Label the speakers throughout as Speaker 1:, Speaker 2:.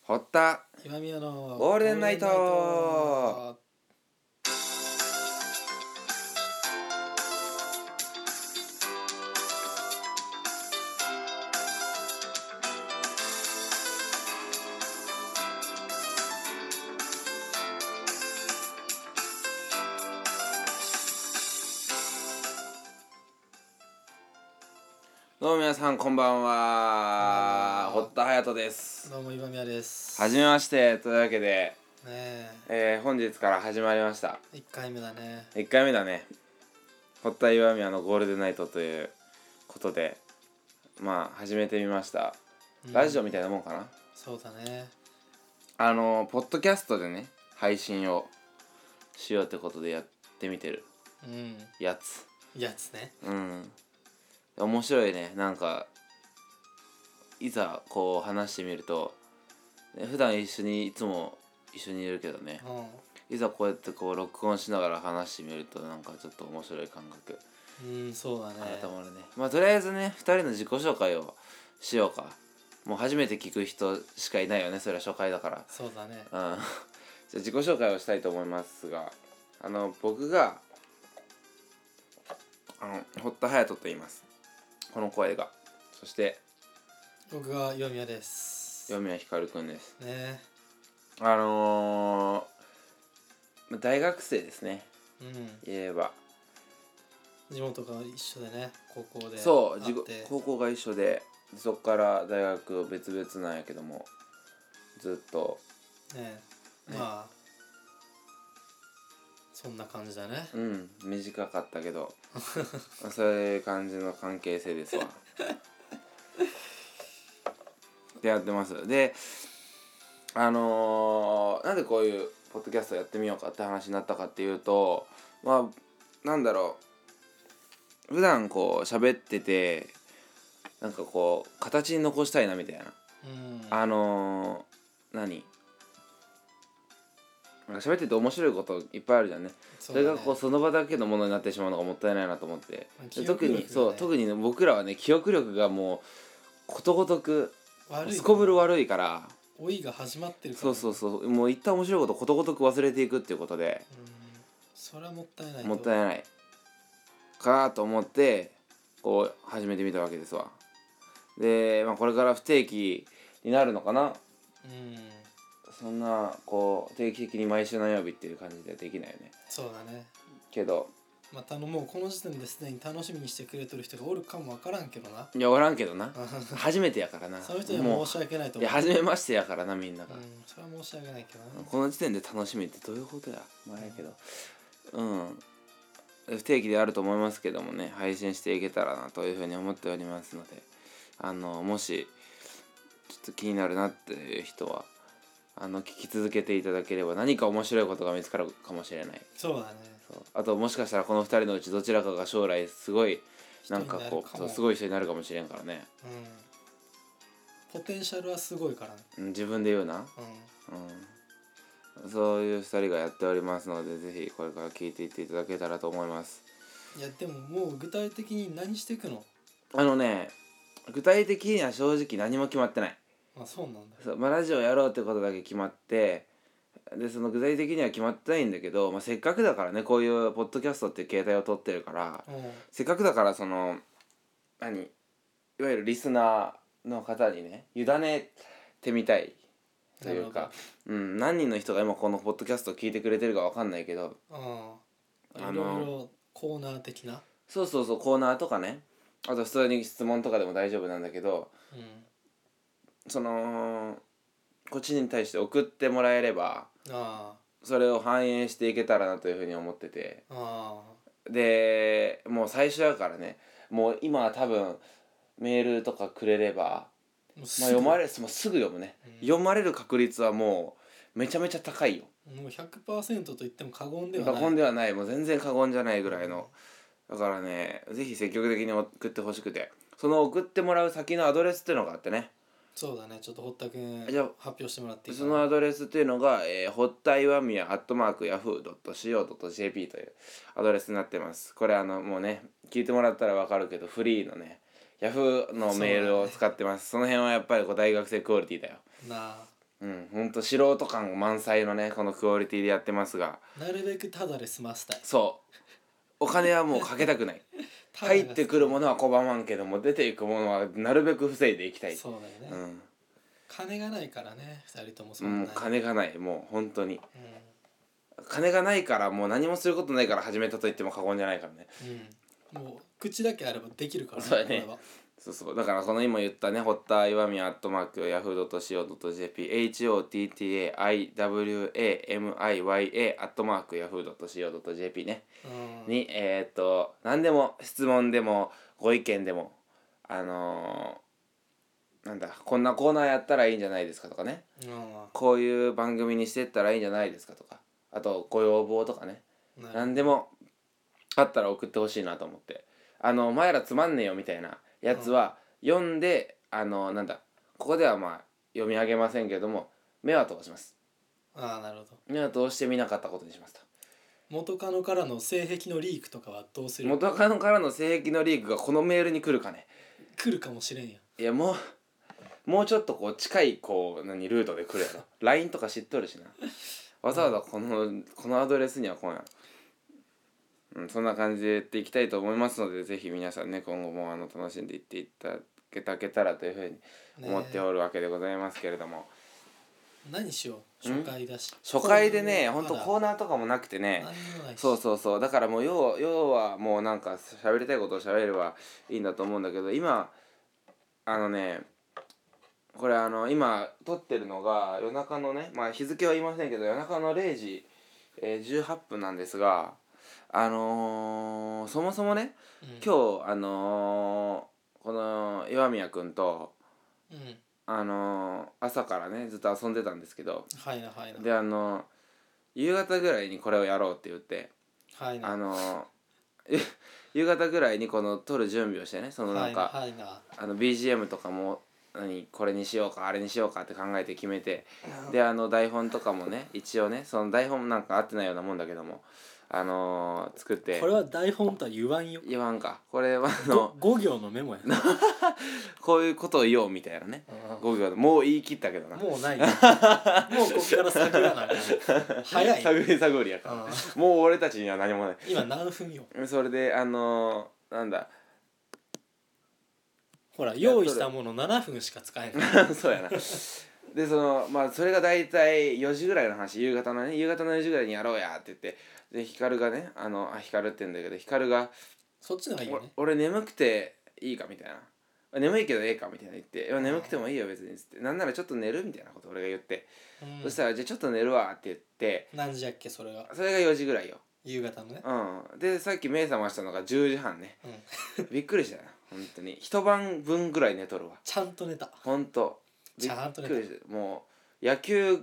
Speaker 1: 堀田
Speaker 2: 岩宮の
Speaker 1: ゴールデンナイト。どうも皆さんこんばんは。堀田隼人です。
Speaker 2: どうも岩宮です。
Speaker 1: はじめましてというわけで、
Speaker 2: ね
Speaker 1: 本日から始まりました。
Speaker 2: 1回目だね。
Speaker 1: 1回目だね。堀田岩宮のゴールデンナイトということで、始めてみました。ラジオみたいなもんかな。
Speaker 2: そうだね。
Speaker 1: ポッドキャストでね配信をしようってことでやってみてるやつ
Speaker 2: ね。
Speaker 1: 面白いね。なんかいざこう話してみると、普段いつも一緒にいるけどね、いざこうやってこう録音しながら話してみるとなんかちょっと面白い感覚
Speaker 2: そうだね。
Speaker 1: 改まるね。とりあえずね2人の自己紹介をしようか。もう初めて聞く人しかいないよね、それは初回だから。
Speaker 2: そうだね。
Speaker 1: じゃあ自己紹介をしたいと思いますが、僕が堀田隼人と言います。この声が。そして
Speaker 2: 僕が岩宮です。
Speaker 1: 岩宮光くんです
Speaker 2: ね。
Speaker 1: 大学生ですね。言えば
Speaker 2: 地元が一緒でね、高校で。
Speaker 1: そう、高校が一緒で、そこから大学別々なんやけども、ずっと
Speaker 2: そんな感じだね。
Speaker 1: 短かったけどそういう感じの関係性ですわでやってます。でなんでこういうポッドキャストやってみようかって話になったかっていうと、なんだろう、普段こう喋っててなんかこう形に残したいなみたいな、なんか喋ってて面白いこといっぱいあるじゃんね。それがこうその場だけのものになってしまうのがもったいないなと思って、特に僕らはね、記憶力がもうことごとくすこぶる悪いから、
Speaker 2: 老いが始まってるから、
Speaker 1: そうもう一旦面白いことことごとく忘れていくっていうことで、
Speaker 2: それはもったいない
Speaker 1: かなと思ってこう始めてみたわけですわ。で、これから不定期になるのかな。そんなこう定期的に毎週何曜日っていう感じではできないよね。
Speaker 2: そうだね。
Speaker 1: けど
Speaker 2: もうこの時点ですでに楽しみにしてくれてる人がおるかもわからんけどな。
Speaker 1: いや、おらんけどな初めてやからな。
Speaker 2: その人には申し訳ないと思う。
Speaker 1: いや、初めましてやからな、みんなが。
Speaker 2: それは申し訳ないけどな。
Speaker 1: この時点で楽しみってどういうことや。やけど不定期であると思いますけどもね、配信していけたらなというふうに思っておりますので、もしちょっと気になるなっていう人は聞き続けていただければ何か面白いことが見つかるかもしれない。
Speaker 2: そうだね。
Speaker 1: あともしかしたらこの2人のうちどちらかが将来すごいなんかこうすごい人になるかもしれんからね。
Speaker 2: ポテンシャルはすごいからね。
Speaker 1: 自分で言うな。そういう2人がやっておりますので、ぜひこれから聞いていっていただけたらと思います。
Speaker 2: いやでももう具体的に何していくの？
Speaker 1: 具体的には正直何も決まってない。
Speaker 2: そうなんだ。
Speaker 1: ラジオやろうってことだけ決まって、でその具体的には決まってないんだけど、せっかくだからね、こういうポッドキャストっていう形態を取ってるから、せっかくだからそのいわゆるリスナーの方にね委ねてみたいというか、何人の人が今このポッドキャストを聞いてくれてるかわかんないけど、
Speaker 2: いろいろコーナー的な、
Speaker 1: そうコーナーとかね、あと普通に質問とかでも大丈夫なんだけど、そのこっちに対して送ってもらえればそれを反映していけたらなというふうに思ってて、でもう最初だからね、もう今は多分メールとかくれれば読まれる、すぐ読むね、読まれる確率はもうめちゃめちゃ高いよ。
Speaker 2: もう 100% と言っても過言で
Speaker 1: はない。もう全然過言じゃないぐらいの、だからね、ぜひ積極的に送ってほしくて、その送ってもらう先のアドレスっていうのがあってね。
Speaker 2: そうだね、ちょっと堀田くん発表してもらっていいか
Speaker 1: な。そのアドレスっていうのが、堀田岩宮@yahoo.co.jp というアドレスになってます。これもうね、聞いてもらったら分かるけどフリーのね、ヤフーのメールを使ってます。その辺はやっぱり大学生クオリティだよ。 ほんと素人感満載のねこのクオリティでやってますが、
Speaker 2: なるべくタダで済ませたい。
Speaker 1: そうお金はもうかけたくない入ってくるものは拒まんけども出ていくものはなるべく防いでいきたい。
Speaker 2: そうだよね、金がないからね2人ともそんなに、
Speaker 1: 金がないもう本当に、金がないからもう何もすることないから始めたと言っても過言じゃないからね、
Speaker 2: もう口だけあればできるからね。
Speaker 1: そうやね。そうだからこの今言ったね堀田岩見@yahoo.co.jp HOTTAIWAMIYA@yahoo.co.jp ね、に何でも質問でもご意見でもなんだこんなコーナーやったらいいんじゃないですかとかね、こういう番組にしてったらいいんじゃないですかとか、あとご要望とかね、何でもあったら送ってほしいなと思って、お前らつまんねえよみたいなやつは読んで、なんだここではまあ読み上げませんけども目は通します。
Speaker 2: なるほど。
Speaker 1: 目は通して見なかったことにしますと。
Speaker 2: 元カノからの性癖のリークとかはどうする？
Speaker 1: 元カノからの性癖のリークがこのメールに来るかね。
Speaker 2: 来るかもしれんや。
Speaker 1: いやもうちょっとこう近いこうルートで来るやろ。LINE とか知っとるしな。わざわざこのアドレスには来んやろ。そんな感じでやっていきたいと思いますので、ぜひ皆さんね今後も楽しんでいっていただけたらというふうに思っておるわけでございますけれども、
Speaker 2: 何しよう初回だし。
Speaker 1: 初回でねほんとコーナーとかもなくてね、そうだからもう要はもうなんか喋りたいことを喋ればいいんだと思うんだけど、今これ今撮ってるのが夜中のね、まあ日付は言いませんけど夜中の0時、18分なんですが、そもそもね、今日この岩宮くんと、朝からねずっと遊んでたんですけど、で夕方ぐらいにこれをやろうって言って、夕方ぐらいにこの撮る準備をしてね、そのなんか、BGM とかもこれにしようかあれにしようかって考えて決めて、で台本とかもね一応ねその台本なんか合ってないようなもんだけども作って。
Speaker 2: これは台本とは言わんよ。
Speaker 1: 言わんか。これは
Speaker 2: 5行のメモやな
Speaker 1: こういうことを言おうみたいなね。5行でもう言い切ったけどな。
Speaker 2: もうないもうこっから探らない早い
Speaker 1: 探りやからもう俺たちには何もない。
Speaker 2: 今何分よ。
Speaker 1: それでなんだ
Speaker 2: ほら用意したもの7分しか使えない
Speaker 1: そうやな。でまあそれが大体4時ぐらいの話、夕方の4時ぐらいにやろうやって言って、で光がね光って言うんだけど、光が
Speaker 2: そっちの方がいいよね。
Speaker 1: 俺眠くていいかみたいな、眠いけどええかみたいな言って、眠くてもいいよ別にっつって、なんならちょっと寝るみたいなこと俺が言って、そしたらじゃあちょっと寝るわって言って。
Speaker 2: 何時やっけそれが
Speaker 1: 4時ぐらいよ、
Speaker 2: 夕方のね。
Speaker 1: でさっき目覚ましたのが10時半ね、びっくりしたよ本当に。一晩分ぐらい寝とるわ。
Speaker 2: ちゃんと寝た。
Speaker 1: ほんと
Speaker 2: ちゃんと寝た。
Speaker 1: もう野球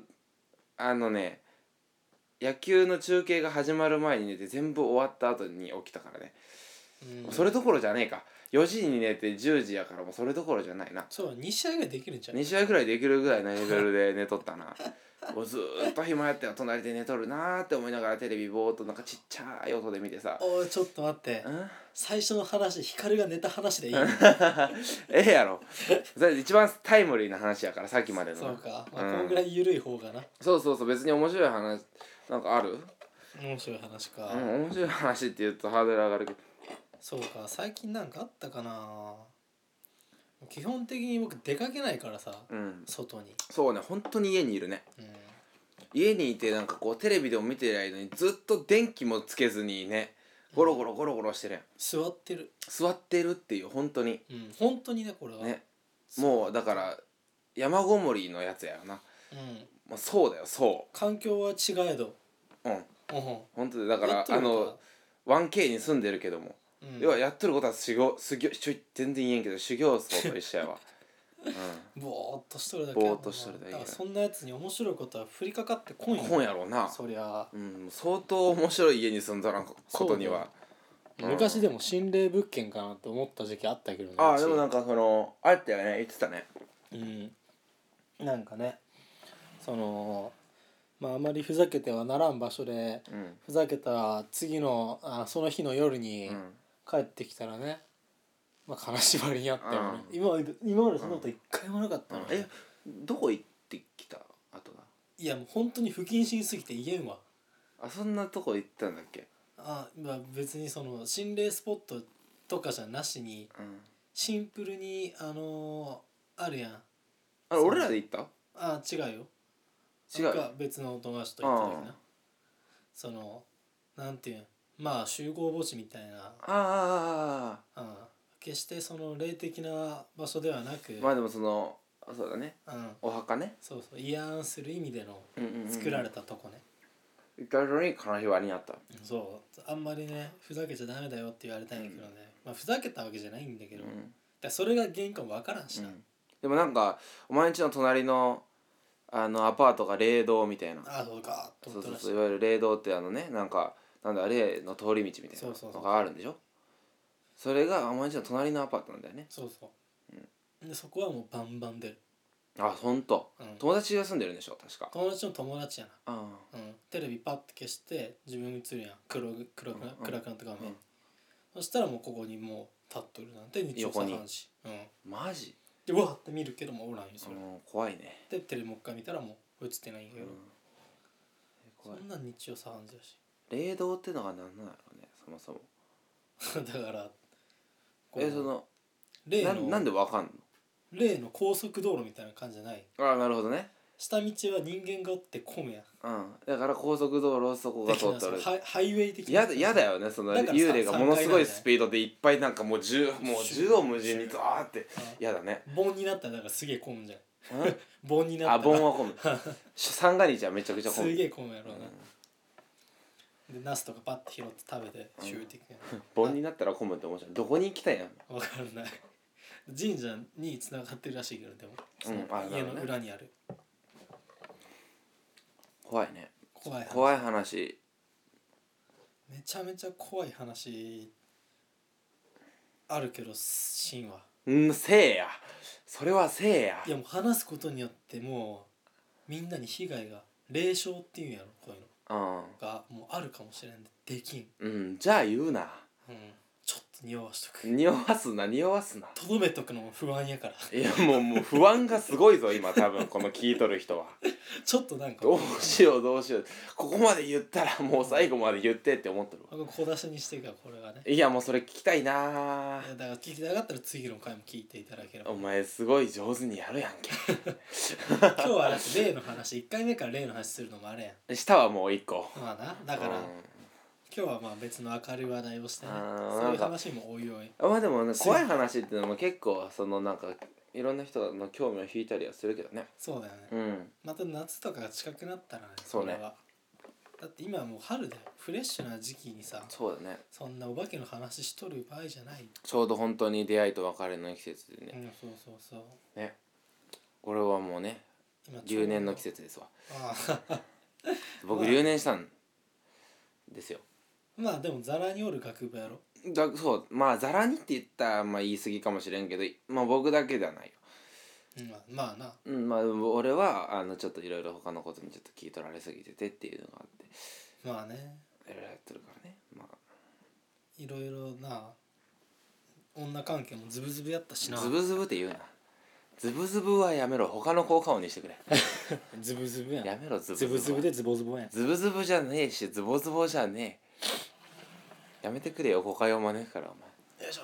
Speaker 1: 野球の中継が始まる前に寝て全部終わった後に起きたからね。それどころじゃねえか。4時に寝て10時やからもうそれどころじゃないな。
Speaker 2: そう2試合ぐらいできるんじゃない？
Speaker 1: 2試合ぐらいできるぐらいのレベルで寝とったなもうずーっと暇やって隣で寝とるなーって思いながらテレビぼーっとなんかちっちゃい音で見てさ。
Speaker 2: おいちょっと待って、最初の話光が寝た話でいい
Speaker 1: ええやろそれ一番タイムリーな話やからさっきまでの。
Speaker 2: そうか、このぐらい緩い方がな。
Speaker 1: そう別に面白い話なんかある？
Speaker 2: 面白い話か。
Speaker 1: 面白い話って言うとハードル上がるけど。
Speaker 2: そうか、最近なんかあったかな。基本的に僕出かけないからさ、外に。
Speaker 1: そうね、本当に家にいるね。家にいてなんかこうテレビでも見てる間にずっと電気もつけずにねゴロゴロしてるやん。
Speaker 2: 座ってる
Speaker 1: っていう本当に。
Speaker 2: 本当にねこれは。
Speaker 1: ね、もうだから山ごもりのやつやよな。まあそうだよそう。
Speaker 2: 環境は違えど。
Speaker 1: 本当でだから1K に住んでるけども。要はやっとることは全然言えんけど修行僧と一緒やわ
Speaker 2: ぼーっとしとるだけ。
Speaker 1: ぼーっとしとるだけ。だから
Speaker 2: そんなやつに面白いことは降りかかってこん
Speaker 1: やろうな。
Speaker 2: そりゃ
Speaker 1: 相当面白い家に住んだらことには。
Speaker 2: 昔でも心霊物件かなと思った時期あったけどね。
Speaker 1: でもなんかあったよね言ってたね。
Speaker 2: なんかねまああまりふざけてはならん場所で、ふざけた次のその日の夜に帰ってきたらね、まあ金縛りにあったよね。今までそんなこと一回もなかったの。
Speaker 1: どこ行ってきた？
Speaker 2: いやもう本当に不謹慎すぎて言えんわ。
Speaker 1: あ、そんなとこ行ったんだっけ。
Speaker 2: まあ別にその心霊スポットとかじゃなしに、シンプルにあるやん。
Speaker 1: あれ俺らで行った？
Speaker 2: 違うよ。
Speaker 1: 違う。
Speaker 2: なんか別の友達と行った時な。そのなんていうん、まあ集合墓地みたいな。決してその霊的な場所ではなく、
Speaker 1: まあでもそうだね、お墓ね。
Speaker 2: そう慰安する意味での作られたとこね。
Speaker 1: 行ったのに金縛りにあった。
Speaker 2: そうあんまりねふざけちゃダメだよって言われたんやけどね、まあふざけたわけじゃないんだけど、だそれが原因かも分からんしな。
Speaker 1: でもなんかお前んちの隣のアパートが霊道みたいな。
Speaker 2: そうか。
Speaker 1: そういわゆる霊道ってなんか霊の通り道みたいなのがあるんでしょ。それがお前んちの隣のアパートなんだよね。
Speaker 2: そうそう、でそこはもうバンバン出る。
Speaker 1: ほんと、友達が住んでるんでしょ確か。
Speaker 2: 友達の友達やな。テレビパッて消して自分映るやん、暗くなった画面、そしたらもうここにもう立っとるなんて日曜茶飯事。
Speaker 1: マジ
Speaker 2: でわーって見るけどもおらんよそれ。
Speaker 1: 怖いね。
Speaker 2: でテレビもう一回見たらもう映ってないんやけど、そんな日曜茶飯事やし。
Speaker 1: 霊道ってのが何なんやろうねそもそも。
Speaker 2: だから
Speaker 1: なんでわかんの？
Speaker 2: 例の高速道路みたいな感じじゃない。
Speaker 1: なるほどね。
Speaker 2: 下道は人間がおって混むやん。
Speaker 1: だから高速道路をそこが通ってる。
Speaker 2: ハイウェイ的な。
Speaker 1: やだよねその幽霊がものすごいスピードでいっぱいなんかもう縦横無尽にザーってやだね。
Speaker 2: 盆になったらだからすげえ混むんじゃない。盆になったら。
Speaker 1: 盆は混む。三が日はめちゃくちゃ混む。
Speaker 2: すげえ混むやろうな。でナスとかパッて拾って食べてシューっていくやん。
Speaker 1: 盆になったら混むって面白い。どこに行きたいんやん。
Speaker 2: 分かんない。神社に繋がってるらしいけど、でも家の裏にある。
Speaker 1: 怖いね。怖い話。
Speaker 2: めちゃめちゃ怖い話あるけど神話。
Speaker 1: せいや。それはせいや。
Speaker 2: いやもう話すことによってもうみんなに被害が霊障っていうんやろこういうのがもうあるかもしれんでできん。
Speaker 1: じゃあ言うな。
Speaker 2: ちょっと匂わしとく。
Speaker 1: 匂わすな。
Speaker 2: とどめとくのも不安やから。
Speaker 1: いやもう不安がすごいぞ今多分この聞いとる人は。
Speaker 2: ちょっとなんか
Speaker 1: どうしようここまで言ったらもう最後まで言ってって思ってるわ。
Speaker 2: 小出しにしてるからこれがね。
Speaker 1: いやもうそれ聞きたいな。
Speaker 2: だから聞きたかったら次の回も聞いていただければ。
Speaker 1: お前すごい上手にやるやんけ。
Speaker 2: 今日はだって例の話1回目から例の話するのもあれやん。
Speaker 1: 下はもう1個。
Speaker 2: まあなだから、今日はまあ別の明るい話題をしてね、そういう話もおいおい。
Speaker 1: まあでもね怖い話っていうのも結構なんかいろんな人の興味を引いたりはするけどね。
Speaker 2: そうだよね。また夏とかが近くなったらね。
Speaker 1: そうね。
Speaker 2: だって今はもう春でフレッシュな時期にさ。
Speaker 1: そうだね。
Speaker 2: そんなお化けの話しとる場合じゃない。
Speaker 1: ちょうど本当に出会いと別れの季節でね。
Speaker 2: そう
Speaker 1: ね。これはもうね留年の季節ですわ。僕留年したんですよ。
Speaker 2: まあでもザラにおる学部やろ。
Speaker 1: そうまあザラにって言ったらまあ言い過ぎかもしれんけど、まあ僕だけではないよ。
Speaker 2: まあな。
Speaker 1: まあ俺はちょっといろいろ他のことにちょっと聞い取られすぎててっていうのがあって。
Speaker 2: まあね。
Speaker 1: いろいろやってるからね。まあ
Speaker 2: いろいろな女関係もズブズブやったしな。
Speaker 1: ズブズブって言うな。ズブズブはやめろ。他の効果音にしてくれ。
Speaker 2: ズブズブやん。
Speaker 1: やめろズブ
Speaker 2: ズブズブでズボズボやん。
Speaker 1: ズブズブじゃねえしズボズボじゃねえ。やめてくれよ誤解を招くからお前。
Speaker 2: よいしょ。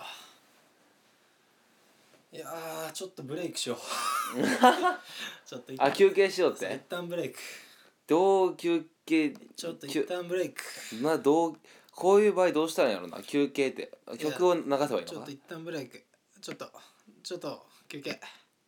Speaker 2: いやちょっとブレイクしよう。ちょっと
Speaker 1: 休憩しようって。
Speaker 2: 一旦ブレイク。
Speaker 1: どう休憩。
Speaker 2: ちょっと一旦ブレイク。
Speaker 1: こういう場合どうしたらいいんやろな。休憩って曲を流せばいいのかな。
Speaker 2: ちょっと一旦ブレイク。ちょっと休憩。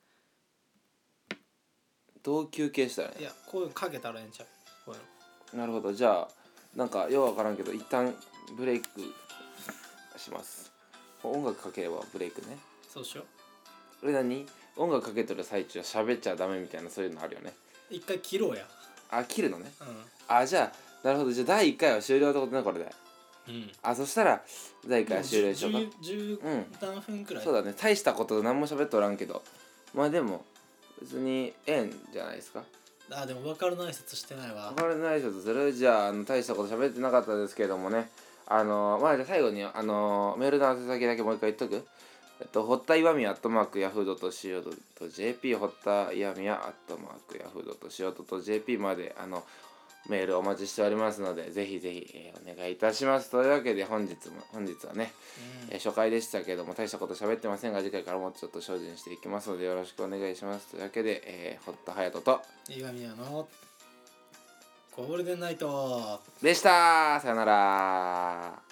Speaker 1: どう休憩したらいいの。
Speaker 2: いやこういうのかけたらええんちゃう。こういう
Speaker 1: の。なるほど。じゃあなんかようわからんけど一旦ブレイクします。音楽かければブレイクね。
Speaker 2: そうしよう。
Speaker 1: 何音楽かけとる最中は喋っちゃダメみたいなそういうのあるよね。
Speaker 2: 一回切ろうや。
Speaker 1: 切るのね。じゃあなるほど。じゃあ第1回は終了ってことねこれで。そしたら第1回は終了しようか。
Speaker 2: 10何分くらい。
Speaker 1: そうだね。大したこと何も喋っとらんけどまあでも別にええんじゃないですか。
Speaker 2: でも分かるの挨拶してないわ。
Speaker 1: 分かるの挨拶する。じゃあ大したこと喋ってなかったですけどもね。まあじゃあ最後にメールの宛先だけもう一回言っとく。 堀田岩宮@yahoo.co.jp 堀田岩宮@yahoo.co.jp までメールお待ちしておりますので、ぜひぜひ、お願いいたします。というわけで本日はね、初回でしたけども大したこと喋ってませんが、次回からもちょっと精進していきますのでよろしくお願いします。というわけで、堀田隼人と
Speaker 2: 岩宮のゴールデンナイト
Speaker 1: でした。さよなら。